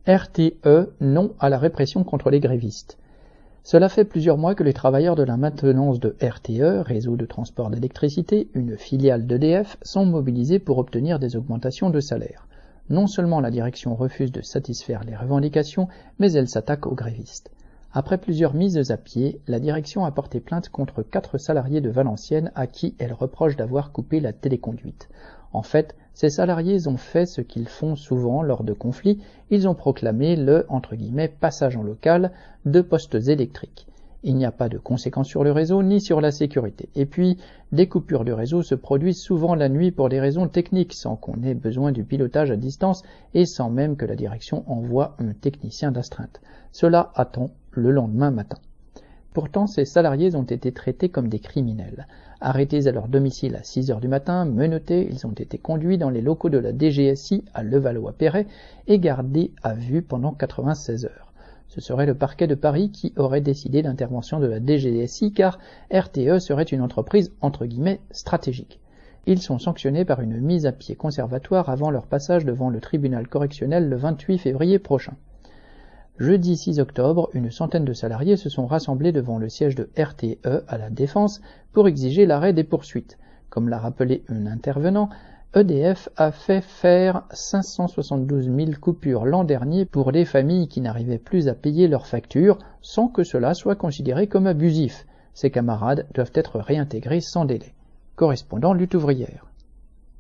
RTE, non à la répression contre les grévistes. Cela fait plusieurs mois que les travailleurs de la maintenance de RTE, Réseau de transport d'électricité, une filiale d'EDF, sont mobilisés pour obtenir des augmentations de salaire. Non seulement la direction refuse de satisfaire les revendications, mais elle s'attaque aux grévistes. Après plusieurs mises à pied, la direction a porté plainte contre 4 salariés de Valenciennes à qui elle reproche d'avoir coupé la téléconduite. En fait, ces salariés ont fait ce qu'ils font souvent lors de conflits, ils ont proclamé le « passage en local » de postes électriques. Il n'y a pas de conséquences sur le réseau ni sur la sécurité. Et puis, des coupures de réseau se produisent souvent la nuit pour des raisons techniques, sans qu'on ait besoin du pilotage à distance et sans même que la direction envoie un technicien d'astreinte. Cela attend le lendemain matin. Pourtant, ces salariés ont été traités comme des criminels. Arrêtés à leur domicile à 6 heures du matin, menottés, ils ont été conduits dans les locaux de la DGSI à Levallois-Perret et gardés à vue pendant 96 heures. Ce serait le parquet de Paris qui aurait décidé l'intervention de la DGSI car RTE serait une entreprise entre guillemets stratégique. Ils sont sanctionnés par une mise à pied conservatoire avant leur passage devant le tribunal correctionnel le 28 février prochain. Jeudi 6 octobre, une centaine de salariés se sont rassemblés devant le siège de RTE à la Défense pour exiger l'arrêt des poursuites. Comme l'a rappelé un intervenant, EDF a fait faire 572 000 coupures l'an dernier pour des familles qui n'arrivaient plus à payer leurs factures sans que cela soit considéré comme abusif. Ces camarades doivent être réintégrés sans délai. Correspondant Lutte ouvrière.